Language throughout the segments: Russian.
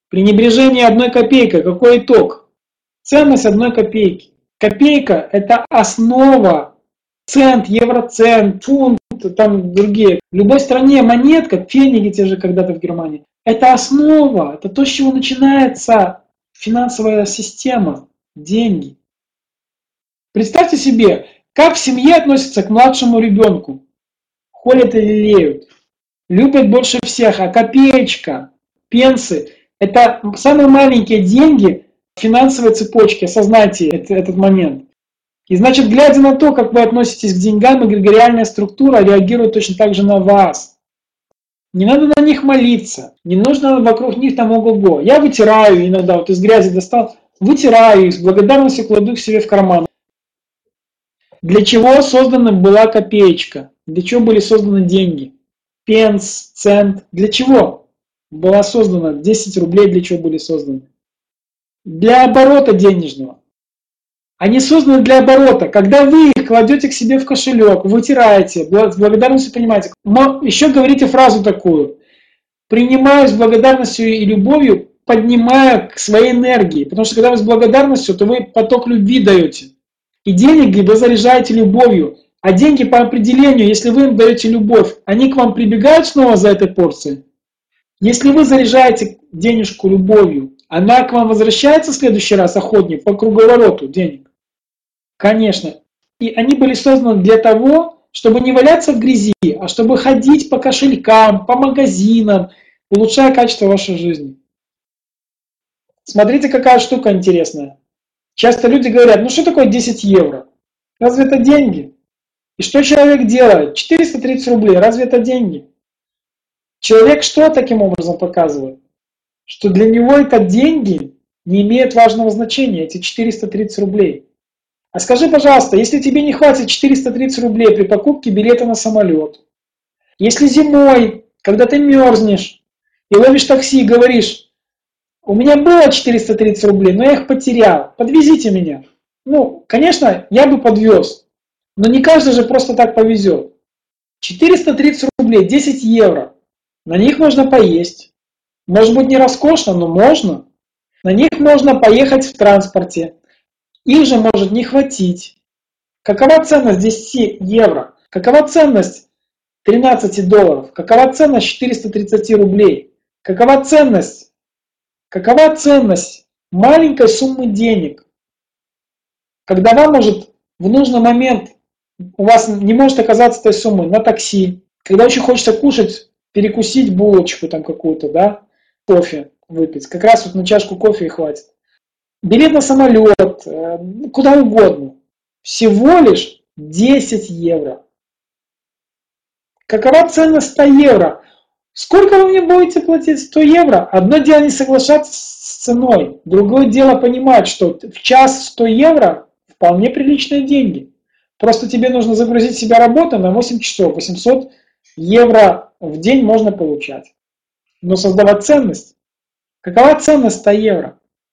Пренебрежение 1 копейкой. Какой итог? Ценность 1 копейки. Копейка – это основа. Цент, евроцент, фунт, там другие. В любой стране монетка, феники те же когда-то в Германии, это основа, это то, с чего начинается финансовая система, деньги. Представьте себе, как в семье относятся к младшему ребенку. Холят и лелеют. Любят больше всех, а копеечка, пенсы – это самые маленькие деньги в финансовой цепочке, осознайте этот момент. И значит, глядя на то, как вы относитесь к деньгам, эгрегориальная структура реагирует точно так же на вас. Не надо на них молиться, не нужно вокруг них там ого-го. Я вытираю иногда, вот из грязи достал, вытираю их, с благодарностью кладу их себе в карман. Для чего создана была копеечка? Для чего были созданы деньги? Пенс, цент. Для чего была создана? 10 рублей для чего были созданы? Для оборота денежного. Они созданы для оборота. Когда вы их кладете к себе в кошелек, вытираете, с благодарностью понимаете. Но еще говорите фразу такую. Принимаю с благодарностью и любовью, поднимая к своей энергии. Потому что когда вы с благодарностью, то вы поток любви даете. И деньги вы заряжаете любовью. А деньги по определению, если вы им даете любовь, они к вам прибегают снова за этой порцией. Если вы заряжаете денежку любовью, она к вам возвращается в следующий раз, охотник, по круговороту денег. Конечно. И они были созданы для того, чтобы не валяться в грязи, а чтобы ходить по кошелькам, по магазинам, улучшая качество вашей жизни. Смотрите, какая штука интересная. Часто люди говорят, ну что такое 10 евро? Разве это деньги? И что человек делает? 430 рублей, разве это деньги? Человек что таким образом показывает? Что для него это деньги не имеют важного значения, эти 430 рублей. А скажи, пожалуйста, если тебе не хватит 430 рублей при покупке билета на самолет, если зимой, когда ты мерзнешь и ловишь такси и говоришь, у меня было 430 рублей, но я их потерял, подвезите меня. Ну, конечно, я бы подвез, но не каждый же просто так повезет. 430 рублей, 10 евро, на них можно поесть. Может быть не роскошно, но можно. На них можно поехать в транспорте. Их же может не хватить. Какова ценность 10 евро? Какова ценность 13 долларов? Какова ценность 430 рублей? Какова ценность маленькой суммы денег? Когда вам может в нужный момент, у вас не может оказаться этой суммы на такси, когда очень хочется кушать, перекусить булочку там какую-то, да, кофе выпить. Как раз вот на чашку кофе и хватит. Билет на самолет, куда угодно. Всего лишь 10 евро. Какова ценность 100 евро? Сколько вы мне будете платить 100 евро? Одно дело не соглашаться с ценой. Другое дело понимать, что в час 100 евро вполне приличные деньги. Просто тебе нужно загрузить себя работу на 8 часов. 800 евро в день можно получать. Но создавать ценность. Какова ценность 100 евро?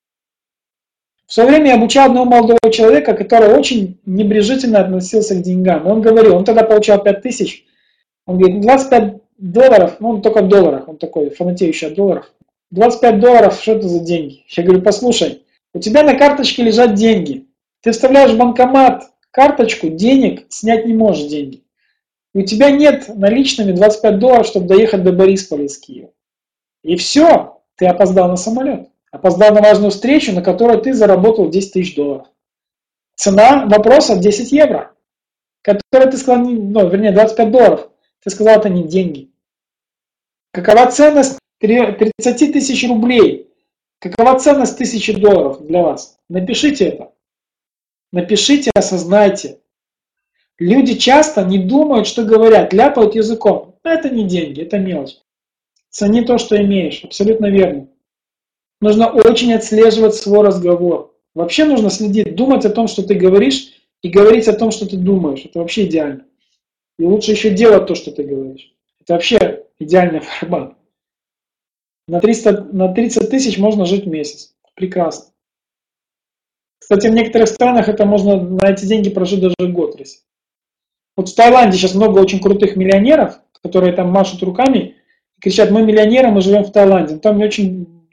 В свое время я обучал одного молодого человека, который очень небрежительно относился к деньгам. Он говорил, он тогда получал 5000, он говорит, 25 долларов, ну он только в долларах, он такой фанатеющий от долларов. 25 долларов, что это за деньги? Я говорю, послушай, у тебя на карточке лежат деньги. Ты вставляешь в банкомат карточку, денег, снять не можешь деньги. И у тебя нет наличными 25 долларов, чтобы доехать до Борисполя из Киева. И все, ты опоздал на самолет. Опоздал на важную встречу, на которой ты заработал 10 тысяч долларов. Цена вопроса 10 евро, которые ты сказал, ну, вернее 25 долларов. Ты сказал, это не деньги. Какова ценность 30 тысяч рублей? Какова ценность 1000 долларов для вас? Напишите это. Напишите, осознайте. Люди часто не думают, что говорят, ляпают языком. Это не деньги, это мелочь. Цени то, что имеешь. Абсолютно верно. Нужно очень отслеживать свой разговор. Вообще нужно следить, думать о том, что ты говоришь, и говорить о том, что ты думаешь. Это вообще идеально. И лучше еще делать то, что ты говоришь. Это вообще идеальный формат. На 30 тысяч можно жить в месяц. Прекрасно. Кстати, в некоторых странах это можно на эти деньги прожить даже год. Вот в Таиланде сейчас много очень крутых миллионеров, которые там машут руками и кричат, мы миллионеры, мы живем в Таиланде. Там очень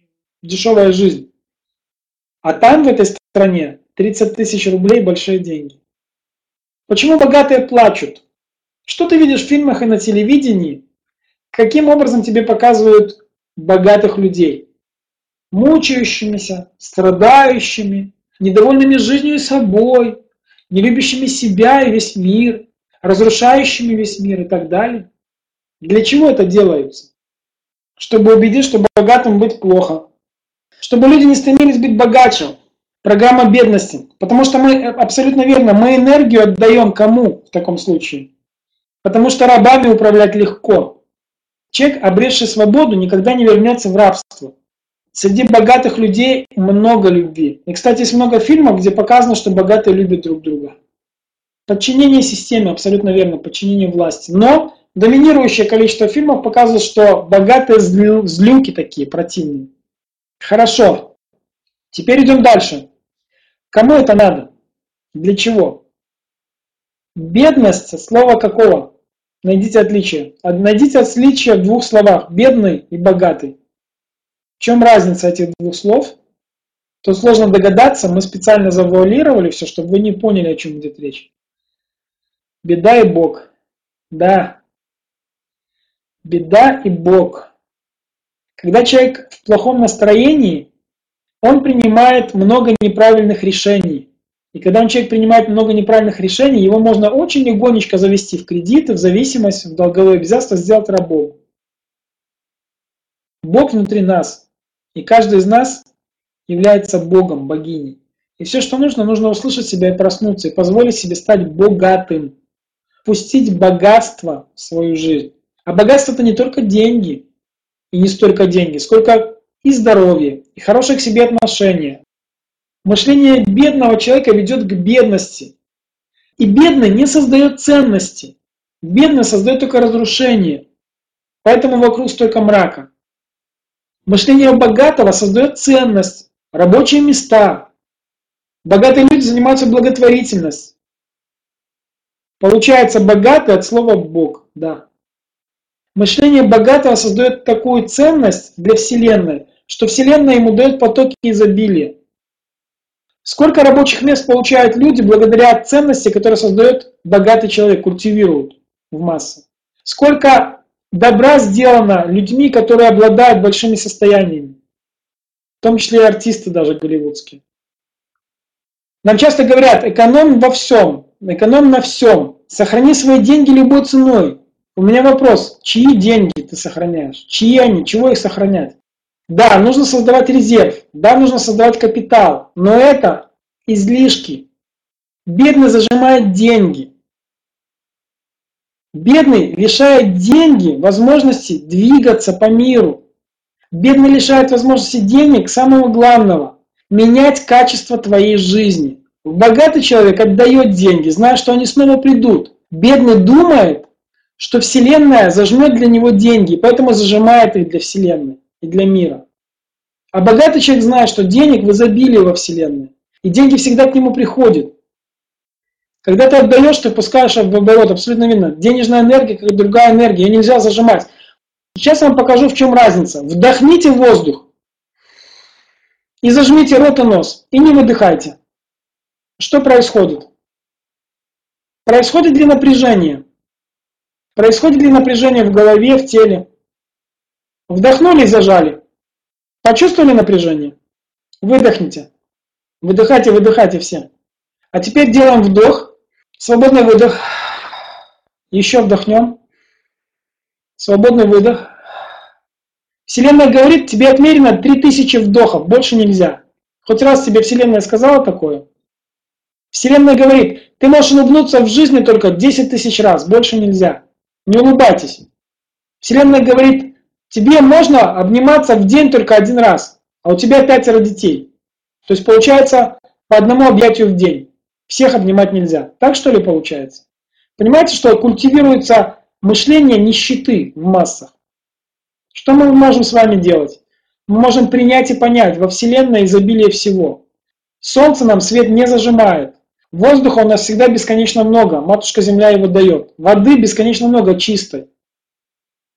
дешевая жизнь. А там, в этой стране, 30 тысяч рублей – большие деньги. Почему богатые плачут? Что ты видишь в фильмах и на телевидении? Каким образом тебе показывают богатых людей? Мучающимися, страдающими, недовольными жизнью и собой, не любящими себя и весь мир, разрушающими весь мир и так далее. Для чего это делается? Чтобы убедить, что богатым быть плохо. Чтобы люди не стремились быть богаче. Программа бедности. Потому что мы, абсолютно верно, мы энергию отдаем кому в таком случае? Потому что рабами управлять легко. Человек, обретший свободу, никогда не вернется в рабство. Среди богатых людей много любви. И, кстати, есть много фильмов, где показано, что богатые любят друг друга. Подчинение системе, абсолютно верно, подчинение власти. Но доминирующее количество фильмов показывает, что богатые злюки такие, противные. Хорошо. Теперь идем дальше. Кому это надо? Для чего? Бедность, слово какого? Найдите отличие. Найдите отличие в двух словах. Бедный и богатый. В чем разница этих двух слов? Тут сложно догадаться, мы специально завуалировали все, чтобы вы не поняли, о чем идет речь. Беда и Бог. Да. Беда и Бог. Когда человек в плохом настроении, он принимает много неправильных решений. И когда человек принимает много неправильных решений, его можно очень легонечко завести в кредиты, в зависимость, в долговые обязательства, сделать рабом. Бог внутри нас. И каждый из нас является Богом, богиней. И все, что нужно, нужно услышать себя и проснуться, и позволить себе стать богатым. Пустить богатство в свою жизнь. А богатство это не только деньги, и не столько деньги, сколько и здоровье, и хорошее к себе отношение. Мышление бедного человека ведет к бедности. И бедный не создает ценности. Бедный создает только разрушение. Поэтому вокруг столько мрака. Мышление богатого создает ценность, рабочие места. Богатые люди занимаются благотворительностью. Получается богатый от слова Бог. Да. Мышление богатого создает такую ценность для Вселенной, что Вселенная ему дает потоки изобилия. Сколько рабочих мест получают люди благодаря ценности, которые создает богатый человек, культивирует в массы. Сколько добра сделано людьми, которые обладают большими состояниями, в том числе и артисты даже голливудские. Нам часто говорят, экономь во всем, экономь на всем, сохрани свои деньги любой ценой. У меня вопрос, чьи деньги ты сохраняешь? Чьи они? Чего их сохранять? Да, нужно создавать резерв, да, нужно создавать капитал, но это излишки. Бедный зажимает деньги. Бедный лишает деньги возможности двигаться по миру. Бедный лишает возможности денег самого главного – менять качество твоей жизни. Богатый человек отдает деньги, зная, что они снова придут. Бедный думает, что Вселенная зажмет для него деньги, поэтому зажимает их для Вселенной и для мира. А богатый человек знает, что денег в изобилии во Вселенной. И деньги всегда к нему приходят. Когда ты отдаешь, ты пускаешь в оборот, абсолютно видно. Денежная энергия, как и другая энергия, ее нельзя зажимать. Сейчас я вам покажу, в чем разница. Вдохните воздух и зажмите рот и нос, и не выдыхайте. Что происходит? Происходит ли напряжение? Происходит ли напряжение в голове, в теле? Вдохнули и зажали. Почувствовали напряжение? Выдохните. Выдыхайте, выдыхайте все. А теперь делаем вдох. Свободный выдох. Еще вдохнем. Свободный выдох. Вселенная говорит, тебе отмерено 3000 вдохов, больше нельзя. Хоть раз тебе Вселенная сказала такое? Вселенная говорит, ты можешь улыбнуться в жизни только 10 тысяч раз, больше нельзя. Не улыбайтесь. Вселенная говорит, тебе можно обниматься в день только 1 раз, а у тебя 5 детей. То есть получается по одному объятию в день. Всех обнимать нельзя. Так что ли получается? Понимаете, что культивируется мышление нищеты в массах? Что мы можем с вами делать? Мы можем принять и понять, во Вселенной изобилие всего. Солнце нам свет не зажимает. Воздуха у нас всегда бесконечно много, Матушка Земля его дает. Воды бесконечно много чистой.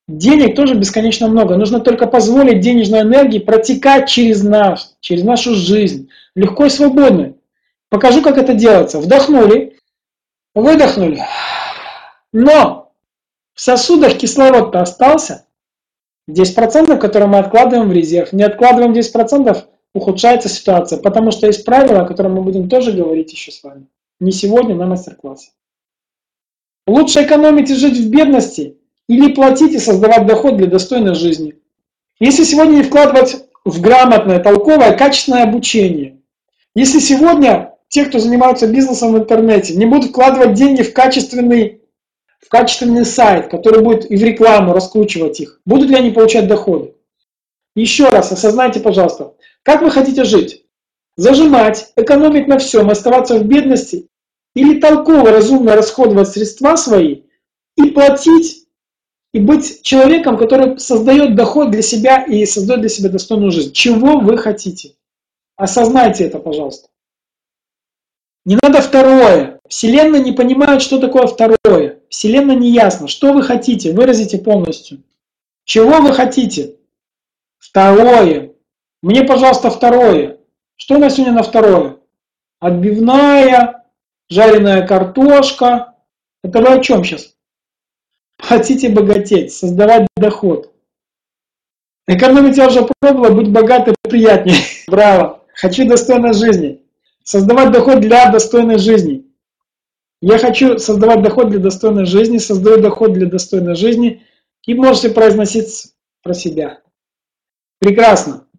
Денег тоже бесконечно много. Нужно только позволить денежной энергии протекать через нас, через нашу жизнь. Легко и свободно. Покажу, как это делается. Вдохнули, выдохнули. Но в сосудах кислород-то остался. 10%, которые мы откладываем в резерв. Не откладываем 10%, ухудшается ситуация. Потому что есть правила, о которых мы будем тоже говорить еще с вами. Не сегодня на мастер-классе. Лучше экономить и жить в бедности, или платить и создавать доход для достойной жизни. Если сегодня не вкладывать в грамотное, толковое, качественное обучение, если сегодня те, кто занимаются бизнесом в интернете, не будут вкладывать деньги в качественный сайт, который будет и в рекламу раскручивать их, будут ли они получать доходы? Еще раз осознайте, пожалуйста, как вы хотите жить? Зажимать, экономить на всем, оставаться в бедности или толково, разумно расходовать средства свои и платить, и быть человеком, который создает доход для себя и создает для себя достойную жизнь. Чего вы хотите? Осознайте это, пожалуйста. Не надо второе. Вселенная не понимает, что такое второе. Вселенная не ясно. Что вы хотите? Выразите полностью. Чего вы хотите? Второе. Мне, пожалуйста, второе. Что у нас сегодня на второе? Отбивная, жареная картошка. Это вы о чем сейчас? Хотите богатеть, создавать доход. Экономить я уже пробовала, быть богатой приятнее. Браво. Хочу достойной жизни. Создавать доход для достойной жизни. Я хочу создавать доход для достойной жизни, создаю доход для достойной жизни. И можете произносить про себя. Прекрасно.